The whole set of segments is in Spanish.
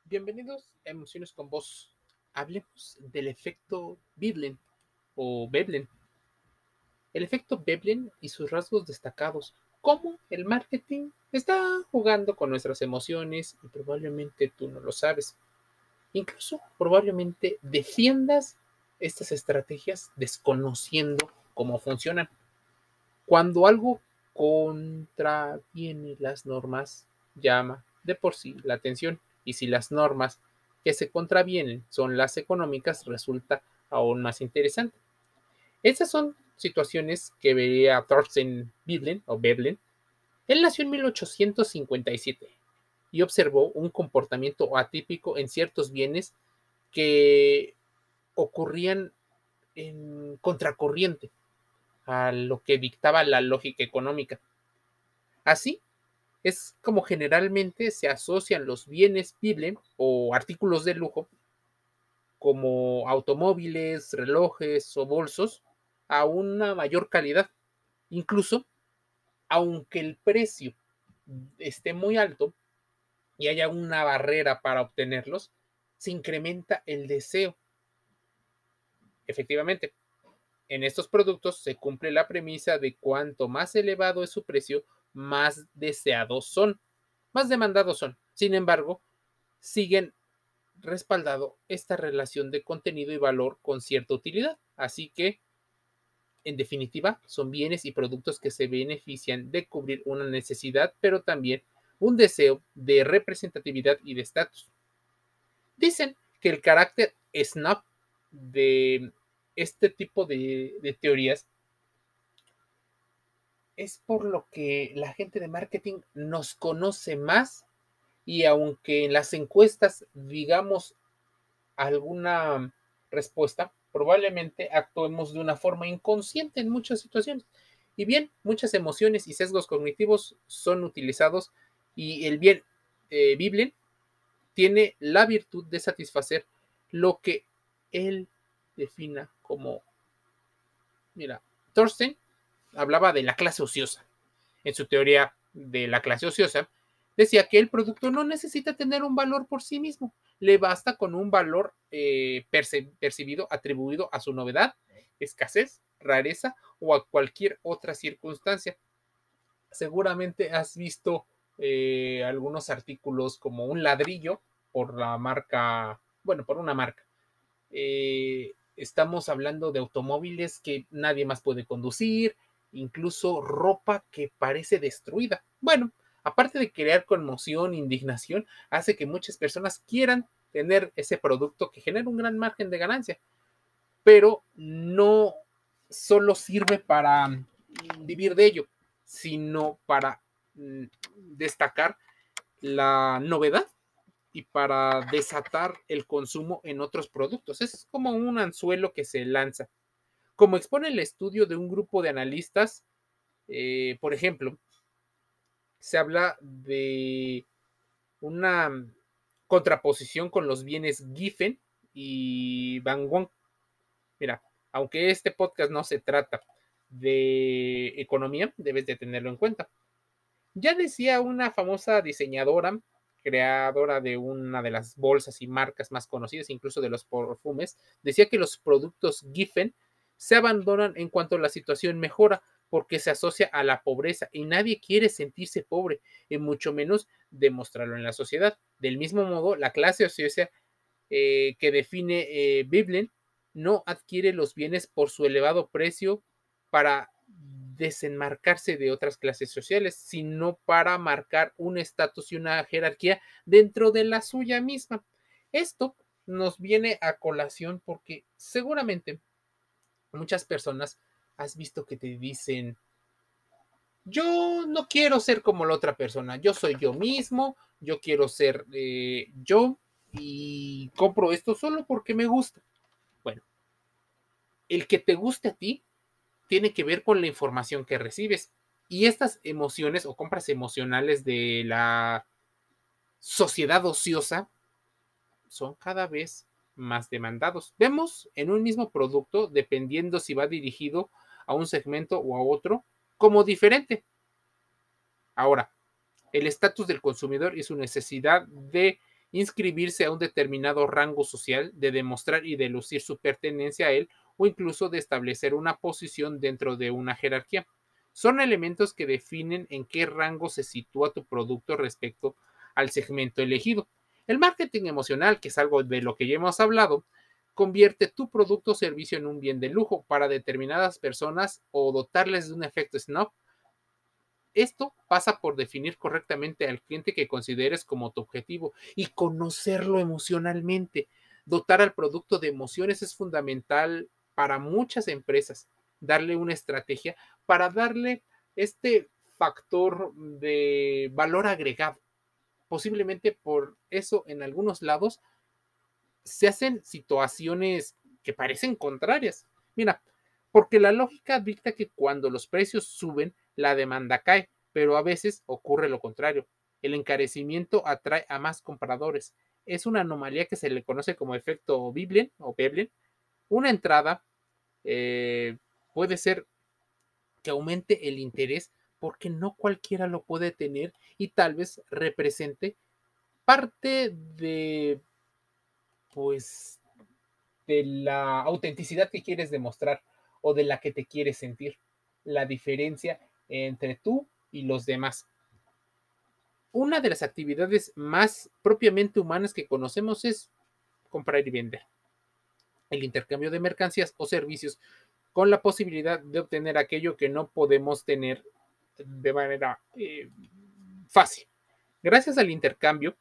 Bienvenidos a Emociones con Voz. Hablemos del efecto Veblen o Veblen. El efecto Veblen y sus rasgos destacados. Cómo el marketing está jugando con nuestras emociones y probablemente tú no lo sabes. Incluso probablemente defiendas estas estrategias desconociendo cómo funcionan. Cuando algo contraviene las normas, llama de por sí la atención. Y si las normas que se contravienen son las económicas, resulta aún más interesante. Estas son situaciones que vería Thorsten Veblen o Veblen. Él nació en 1857 y observó un comportamiento atípico en ciertos bienes que ocurrían en contracorriente a lo que dictaba la lógica económica. Así es como generalmente se asocian los bienes Bible o artículos de lujo como automóviles, relojes o bolsos a una mayor calidad. Incluso, aunque el precio esté muy alto y haya una barrera para obtenerlos, se incrementa el deseo. Efectivamente, en estos productos se cumple la premisa de cuanto más elevado es su precio, más deseados son, más demandados son. Sin embargo, siguen respaldado esta relación de contenido y valor con cierta utilidad. Así que, en definitiva, son bienes y productos que se benefician de cubrir una necesidad, pero también un deseo de representatividad y de estatus. Dicen que el carácter snob de este tipo de teorías es por lo que la gente de marketing nos conoce más y aunque en las encuestas digamos alguna respuesta, probablemente actuemos de una forma inconsciente en muchas situaciones. Y bien, muchas emociones y sesgos cognitivos son utilizados y el bien Biblia tiene la virtud de satisfacer lo que él defina como, mira, Thorstein hablaba de la clase ociosa. En su teoría de la clase ociosa, decía que el producto no necesita tener un valor por sí mismo, le basta con un valor percibido, atribuido a su novedad, escasez, rareza o a cualquier otra circunstancia. Seguramente has visto algunos artículos como un ladrillo por la marca, bueno, por una marca. Estamos hablando de automóviles que nadie más puede conducir, incluso ropa que parece destruida. Bueno, aparte de crear conmoción, indignación, hace que muchas personas quieran tener ese producto que genera un gran margen de ganancia, pero no solo sirve para vivir de ello, sino para destacar la novedad y para desatar el consumo en otros productos. Es como un anzuelo que se lanza. Como expone el estudio de un grupo de analistas, por ejemplo, se habla de una contraposición con los bienes Giffen y Van Wong. Mira, aunque este podcast no se trata de economía, debes de tenerlo en cuenta. Ya decía una famosa diseñadora, creadora de una de las bolsas y marcas más conocidas, incluso de los perfumes, decía que los productos Giffen se abandonan en cuanto la situación mejora porque se asocia a la pobreza y nadie quiere sentirse pobre y mucho menos demostrarlo en la sociedad. Del mismo modo, la clase ociosa que define Veblen no adquiere los bienes por su elevado precio para desenmarcarse de otras clases sociales, sino para marcar un estatus y una jerarquía dentro de la suya misma. Esto nos viene a colación porque seguramente muchas personas has visto que te dicen, yo no quiero ser como la otra persona, yo soy yo mismo, yo quiero ser yo y compro esto solo porque me gusta. Bueno, el que te guste a ti tiene que ver con la información que recibes. Y estas emociones o compras emocionales de la sociedad ociosa son cada vez más demandados. Vemos en un mismo producto, dependiendo si va dirigido a un segmento o a otro, como diferente. Ahora, el estatus del consumidor y su necesidad de inscribirse a un determinado rango social, de demostrar y de lucir su pertenencia a él, o incluso de establecer una posición dentro de una jerarquía. Son elementos que definen en qué rango se sitúa tu producto respecto al segmento elegido. El marketing emocional, que es algo de lo que ya hemos hablado, convierte tu producto o servicio en un bien de lujo para determinadas personas o dotarles de un efecto snob. Esto pasa por definir correctamente al cliente que consideres como tu objetivo y conocerlo emocionalmente. Dotar al producto de emociones es fundamental para muchas empresas. Darle una estrategia para darle este factor de valor agregado. Posiblemente por eso en algunos lados se hacen situaciones que parecen contrarias. Mira, porque la lógica dicta que cuando los precios suben, la demanda cae, pero a veces ocurre lo contrario. El encarecimiento atrae a más compradores. Es una anomalía que se le conoce como efecto Veblen o Veblen. Una entrada eh, puede ser que aumente el interés porque no cualquiera lo puede tener y tal vez represente parte de, pues, de la autenticidad que quieres demostrar o de la que te quieres sentir, la diferencia entre tú y los demás. Una de las actividades más propiamente humanas que conocemos es comprar y vender. El intercambio de mercancías o servicios con la posibilidad de obtener aquello que no podemos tener de manera fácil. Gracias al intercambio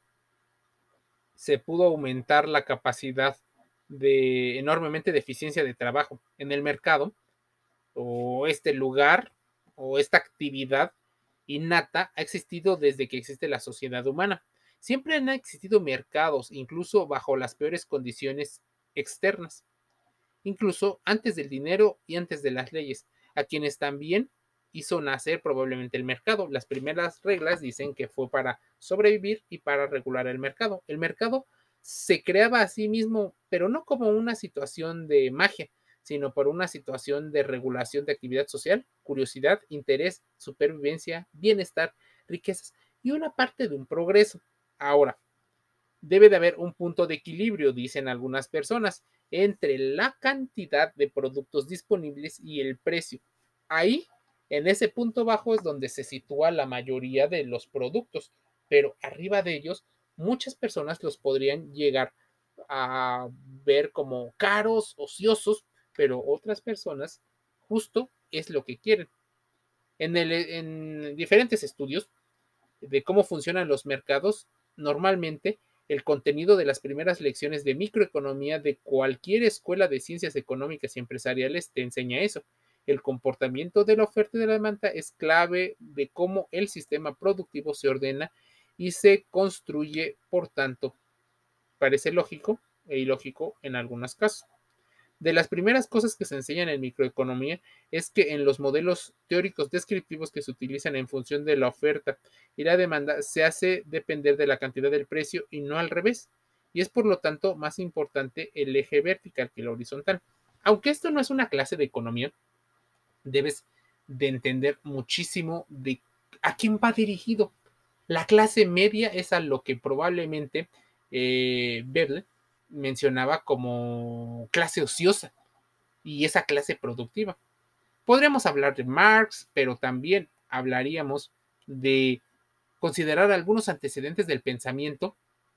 se pudo aumentar la capacidad de enormemente de eficiencia de trabajo en el mercado, o este lugar o esta actividad innata ha existido desde que existe la sociedad humana. Siempre han existido mercados, incluso bajo las peores condiciones externas, incluso antes del dinero y antes de las leyes, a quienes también hizo nacer probablemente el mercado. Las primeras reglas dicen que fue para sobrevivir y para regular el mercado. El mercado se creaba a sí mismo, pero no como una situación de magia, sino por una situación de regulación de actividad social, curiosidad, interés, supervivencia, bienestar, riquezas y una parte de un progreso. Ahora, debe de haber un punto de equilibrio, dicen algunas personas, entre la cantidad de productos disponibles y el precio. Ahí, en ese punto bajo, es donde se sitúa la mayoría de los productos, pero arriba de ellos, muchas personas los podrían llegar a ver como caros, ociosos, pero otras personas justo es lo que quieren. En diferentes estudios de cómo funcionan los mercados, normalmente el contenido de las primeras lecciones de microeconomía de cualquier escuela de ciencias económicas y empresariales te enseña eso. El comportamiento de la oferta y de la demanda es clave de cómo el sistema productivo se ordena y se construye, por tanto, parece lógico e ilógico en algunos casos. De las primeras cosas que se enseñan en microeconomía es que en los modelos teóricos descriptivos que se utilizan en función de la oferta y la demanda se hace depender de la cantidad del precio y no al revés. Y es por lo tanto más importante el eje vertical que el horizontal. Aunque esto no es una clase de economía, debes de entender muchísimo de a quién va dirigido. La clase media es a lo que probablemente Berle mencionaba como clase ociosa y esa clase productiva. Podríamos hablar de Marx, pero también hablaríamos de considerar algunos antecedentes del pensamiento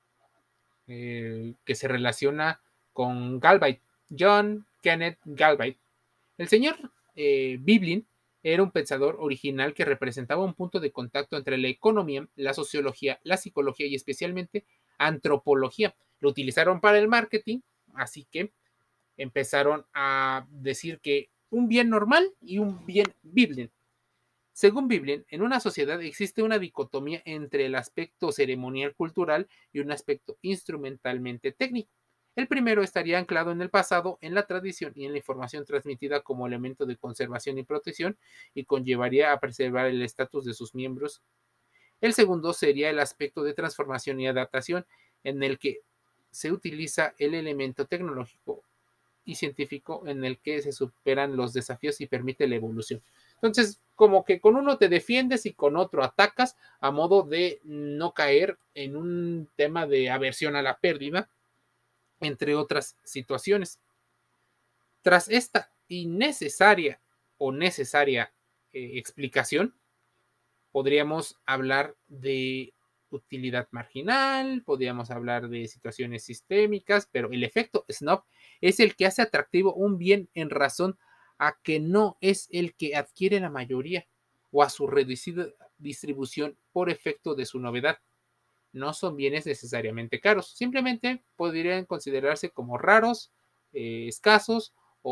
que se relaciona con Galbraith, John Kenneth Galbraith. El señor Veblen era un pensador original que representaba un punto de contacto entre la economía, la sociología, la psicología y especialmente antropología. Lo utilizaron para el marketing, así que empezaron a decir que un bien normal y un bien Veblen. Según Veblen, en una sociedad existe una dicotomía entre el aspecto ceremonial cultural y un aspecto instrumentalmente técnico. El primero estaría anclado en el pasado, en la tradición y en la información transmitida como elemento de conservación y protección y conllevaría a preservar el estatus de sus miembros. El segundo sería el aspecto de transformación y adaptación, en el que se utiliza el elemento tecnológico y científico en el que se superan los desafíos y permite la evolución. Entonces, como que con uno te defiendes y con otro atacas a modo de no caer en un tema de aversión a la pérdida, entre otras situaciones. Tras esta innecesaria o necesaria explicación, podríamos hablar de utilidad marginal, podríamos hablar de situaciones sistémicas, pero el efecto snob es el que hace atractivo un bien en razón a que no es el que adquiere la mayoría o a su reducida distribución por efecto de su novedad. No son bienes necesariamente caros, simplemente podrían considerarse como raros, escasos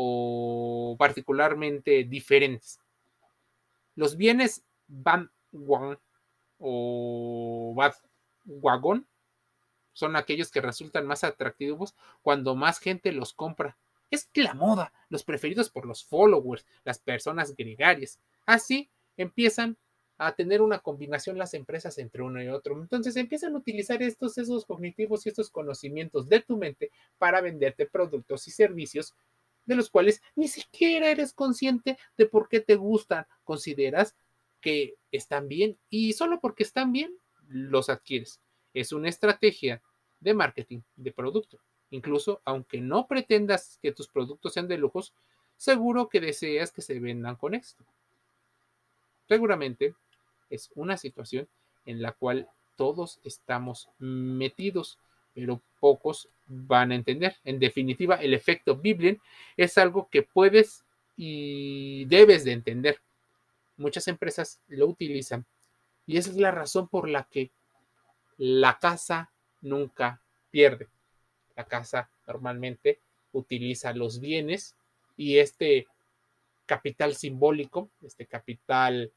o particularmente diferentes. Los bienes bandwagon o bandwagon son aquellos que resultan más atractivos cuando más gente los compra. Es la moda, los preferidos por los followers, las personas gregarias. Así empiezan a tener una combinación las empresas entre uno y otro. Entonces empiezan a utilizar estos sesgos cognitivos y estos conocimientos de tu mente para venderte productos y servicios de los cuales ni siquiera eres consciente de por qué te gustan. Consideras que están bien y solo porque están bien los adquieres. Es una estrategia de marketing de producto. Incluso aunque no pretendas que tus productos sean de lujos, seguro que deseas que se vendan con éxito. Seguramente es una situación en la cual todos estamos metidos, pero pocos van a entender. En definitiva, el efecto Biblian es algo que puedes y debes de entender. Muchas empresas lo utilizan y esa es la razón por la que la casa nunca pierde. La casa normalmente utiliza los bienes y este capital simbólico, este capital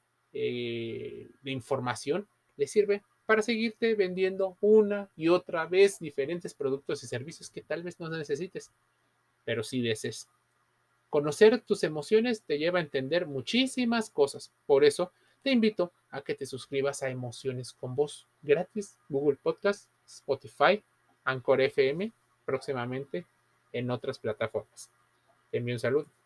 de información, le sirve para seguirte vendiendo una y otra vez diferentes productos y servicios que tal vez no necesites, pero sí desees. Conocer tus emociones te lleva a entender muchísimas cosas. Por eso te invito a que te suscribas a Emociones con Voz gratis, Google Podcast, Spotify, Anchor FM, próximamente en otras plataformas. Te envío un saludo.